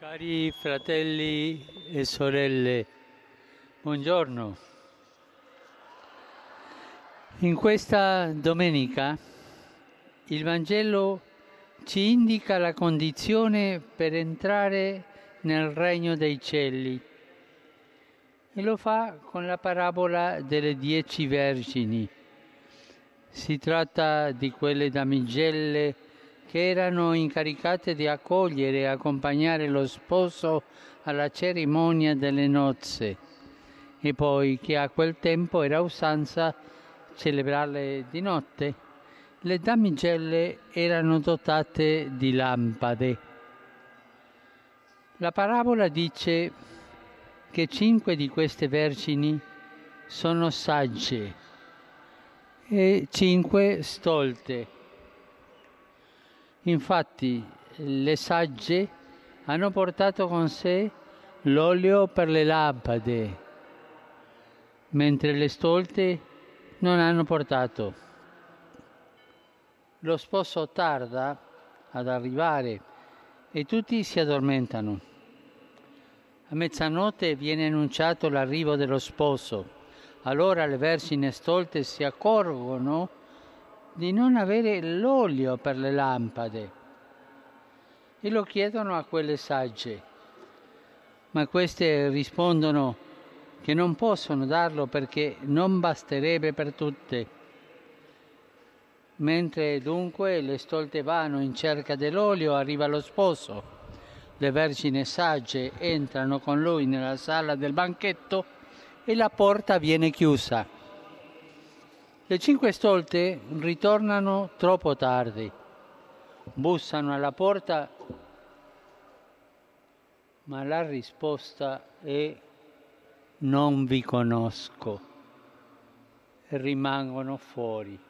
Cari fratelli e sorelle, buongiorno. In questa domenica il Vangelo ci indica la condizione per entrare nel regno dei cieli e lo fa con la parabola delle 10 vergini. Si tratta di quelle damigelle che erano incaricate di accogliere e accompagnare lo sposo alla cerimonia delle nozze e poi che a quel tempo era usanza celebrarle di notte. Le damigelle erano dotate di lampade. La parabola dice che 5 di queste vergini sono sagge e 5 stolte. Infatti le sagge hanno portato con sé l'olio per le lampade, mentre le stolte non hanno portato. Lo sposo tarda ad arrivare e tutti si addormentano. A mezzanotte viene annunciato l'arrivo dello sposo. Allora le vergini stolte si accorgono di non avere l'olio per le lampade e lo chiedono a quelle sagge, ma queste rispondono che non possono darlo perché non basterebbe per tutte. Mentre dunque le stolte vanno in cerca dell'olio, arriva lo sposo. Le vergini sagge entrano con lui nella sala del banchetto e la porta viene chiusa. Le 5 stolte ritornano troppo tardi, bussano alla porta, ma la risposta è non vi conosco e rimangono fuori.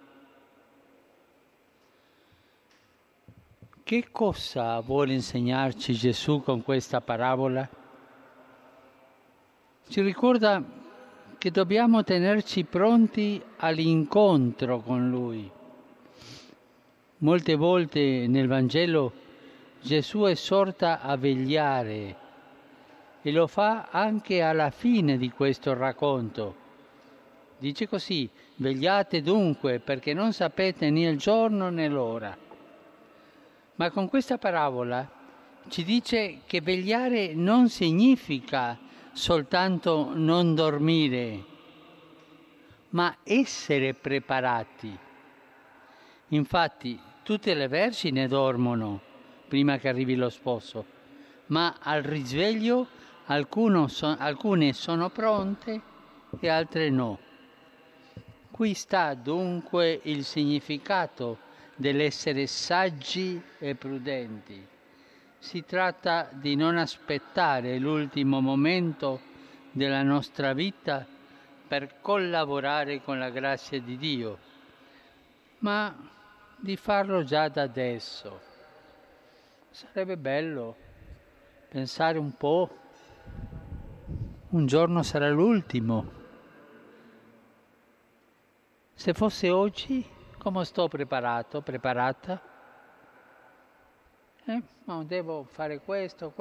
Che cosa vuole insegnarci Gesù con questa parabola? Ci ricorda che dobbiamo tenerci pronti all'incontro con Lui. Molte volte nel Vangelo Gesù esorta a vegliare e lo fa anche alla fine di questo racconto. Dice così: vegliate dunque perché non sapete né il giorno né l'ora. Ma con questa parabola ci dice che vegliare non significa soltanto non dormire, ma essere preparati. Infatti tutte le vergini dormono prima che arrivi lo sposo, ma al risveglio alcune sono pronte e altre no. Qui sta dunque il significato dell'essere saggi e prudenti. Si tratta di non aspettare l'ultimo momento della nostra vita per collaborare con la grazia di Dio, ma di farlo già da adesso. Sarebbe bello pensare un po', un giorno sarà l'ultimo. Se fosse oggi, come sto preparata? Ma devo fare questo.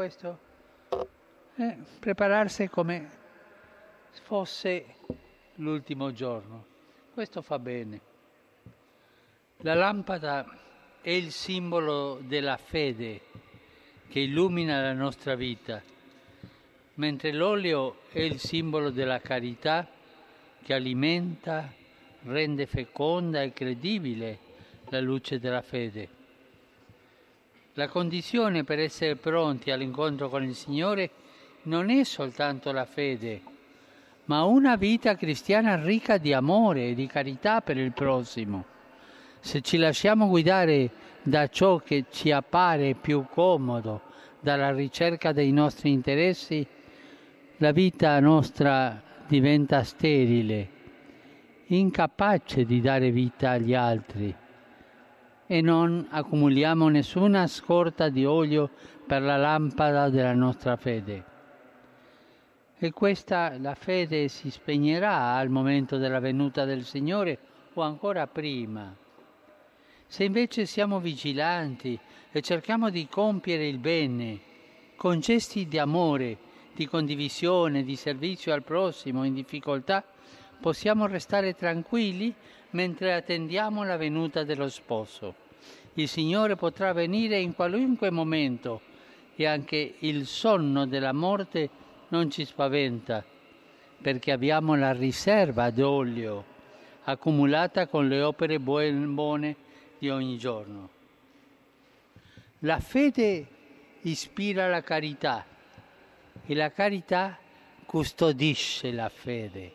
Prepararsi come fosse l'ultimo giorno. Questo fa bene. La lampada è il simbolo della fede che illumina la nostra vita, mentre l'olio è il simbolo della carità che alimenta, rende feconda e credibile la luce della fede. La condizione per essere pronti all'incontro con il Signore non è soltanto la fede, ma una vita cristiana ricca di amore e di carità per il prossimo. Se ci lasciamo guidare da ciò che ci appare più comodo, dalla ricerca dei nostri interessi, la vita nostra diventa sterile, incapace di dare vita agli altri e non accumuliamo nessuna scorta di olio per la lampada della nostra fede. E la fede si spegnerà al momento della venuta del Signore o ancora prima. Se invece siamo vigilanti e cerchiamo di compiere il bene, con gesti di amore, di condivisione, di servizio al prossimo in difficoltà, possiamo restare tranquilli mentre attendiamo la venuta dello sposo. Il Signore potrà venire in qualunque momento e anche il sonno della morte non ci spaventa, perché abbiamo la riserva d'olio accumulata con le opere buone di ogni giorno. La fede ispira la carità e la carità custodisce la fede.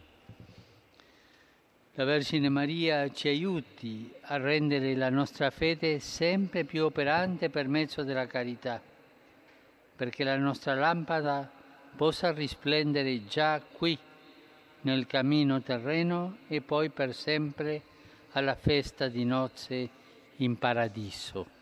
La Vergine Maria ci aiuti a rendere la nostra fede sempre più operante per mezzo della carità, perché la nostra lampada possa risplendere già qui, nel cammino terreno e poi per sempre alla festa di nozze in paradiso.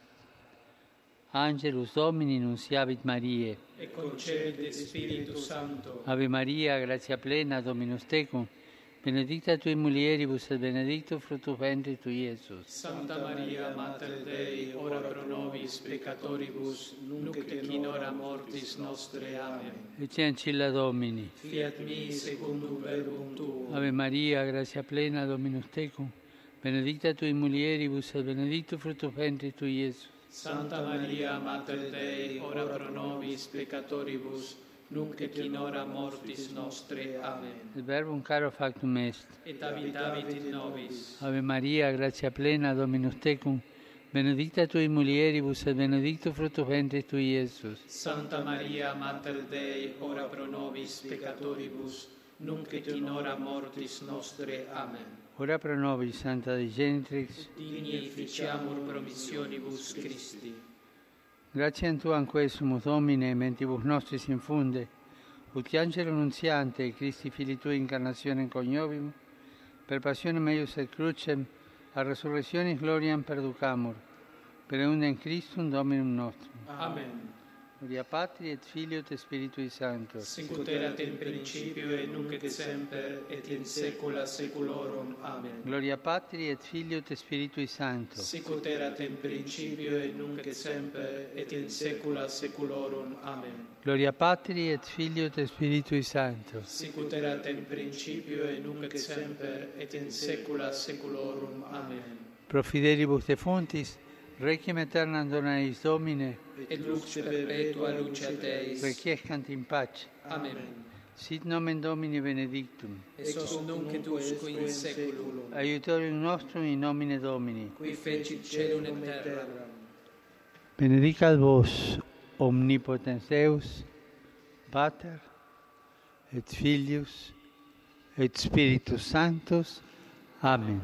Angelus Domini nunciavit Mariae. E concede Spiritus Sancto. Ave Maria, gratia plena, Dominus tecum, benedicta tui mulieribus et benedictus fructus ventris tui, Iesus. Santa Maria, Mater Dei, ora pro nobis peccatoribus, nunc et in hora mortis nostre. Amen. Ecce ancilla Domini. Fiat mi secundum verbum tuum. Ave Maria, gratia plena, Dominus tecum, benedicta tui mulieribus et benedictus fructus ventris tui, Iesus. Santa Maria, Mater Dei, ora pro nobis peccatoribus, nunc et in hora mortis nostre. Amen. Il Verbum caro factum est. Et habitavit in nobis. Ave Maria, gratia plena, Dominus tecum, benedicta tui mulieribus et benedictus fructus ventris tui, Iesus. Santa Maria, Mater Dei, ora pro nobis peccatoribus, nunc et in hora mortis nostre. Amen. Ora pro nobis, Santa Dei Genitrix, Digni ficiamur promissionibus Christi. gratiam Tuam quesumus, Domine, mentibus nostris infunde, ut angelo nunziante, Christi Filii Tui, incarnationem coniovimus, per passionem eius et crucem, a resurrectionis gloriam perducamur, per eundem Christum Dominum nostrum. Amen. Gloria Patri et Filio et Spiritui Sancto. Sicut erat in principio et nunc et semper et in saecula saeculorum. Amen. Gloria Patri et Filio et Spiritui Sancto. Sicut erat in principio et nunc et semper et in saecula saeculorum. Amen. Gloria Patri et Filio et Spiritui Sancto. Sicut erat in principio et nunc et semper et in saecula saeculorum. Amen. Pro fidelibus defuntis, requiem aeternam dona eis Domine, Et lux perpetua luceat eis. requiescant in pace. Amen. Sit nomen Domini benedictum. Et sos nunc et usque in saeculum. Aiutorium nostrum in nomine Domini. Qui fecit celum et terra. Benedicat vos, omnipotens Deus, Pater, et Filius, et Spiritus Sanctus. Amen.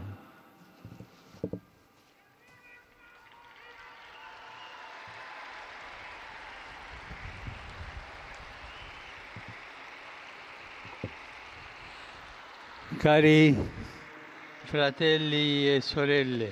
Cari fratelli e sorelle,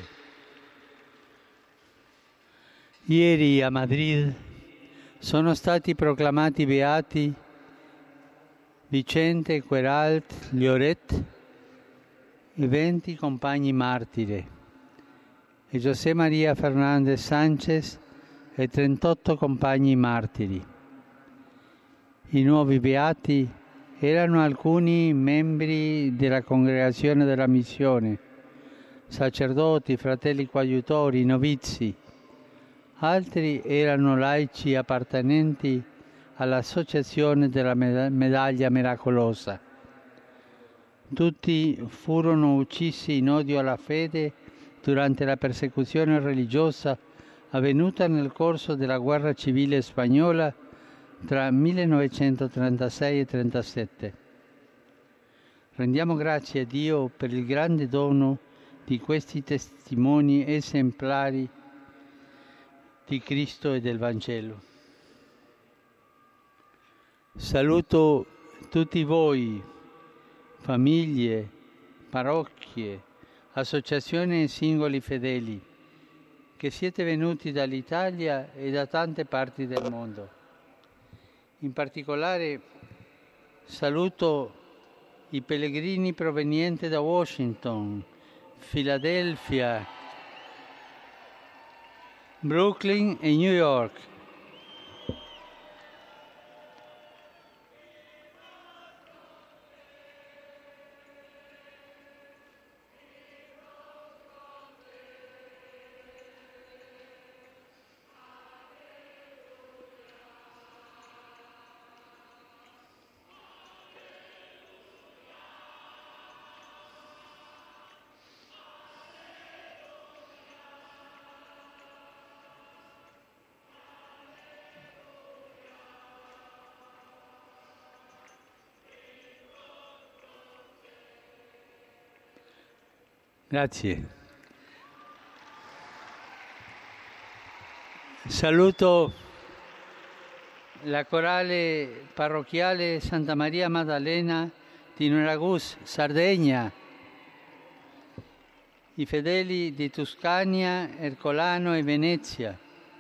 ieri a Madrid sono stati proclamati beati Vicente Queralt Lloret e 20 compagni martiri e José María Fernández Sánchez e 38 compagni martiri. I nuovi beati erano alcuni membri della Congregazione della Missione, sacerdoti, fratelli coadiutori, novizi. Altri erano laici appartenenti all'Associazione della Medaglia Miracolosa. Tutti furono uccisi in odio alla fede durante la persecuzione religiosa avvenuta nel corso della guerra civile spagnola tra 1936 e 1937. Rendiamo grazie a Dio per il grande dono di questi testimoni esemplari di Cristo e del Vangelo. Saluto tutti voi, famiglie, parrocchie, associazioni e singoli fedeli, che siete venuti dall'Italia e da tante parti del mondo. In particolare saluto i pellegrini provenienti da Washington, Filadelfia, Brooklyn e New York. Grazie. Saluto la corale parrocchiale Santa Maria Maddalena di Neragus, Sardegna, i fedeli di Tuscania, Ercolano e Venezia,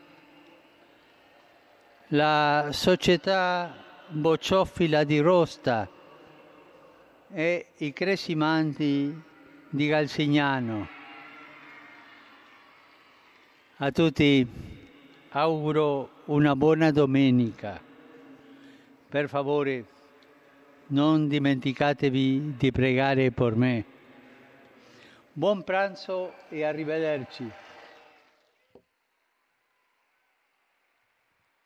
la società bocciofila di Rosta e i cresimanti di Galsignano. A tutti auguro una buona domenica. Per favore, non dimenticatevi di pregare per me. Buon pranzo e arrivederci.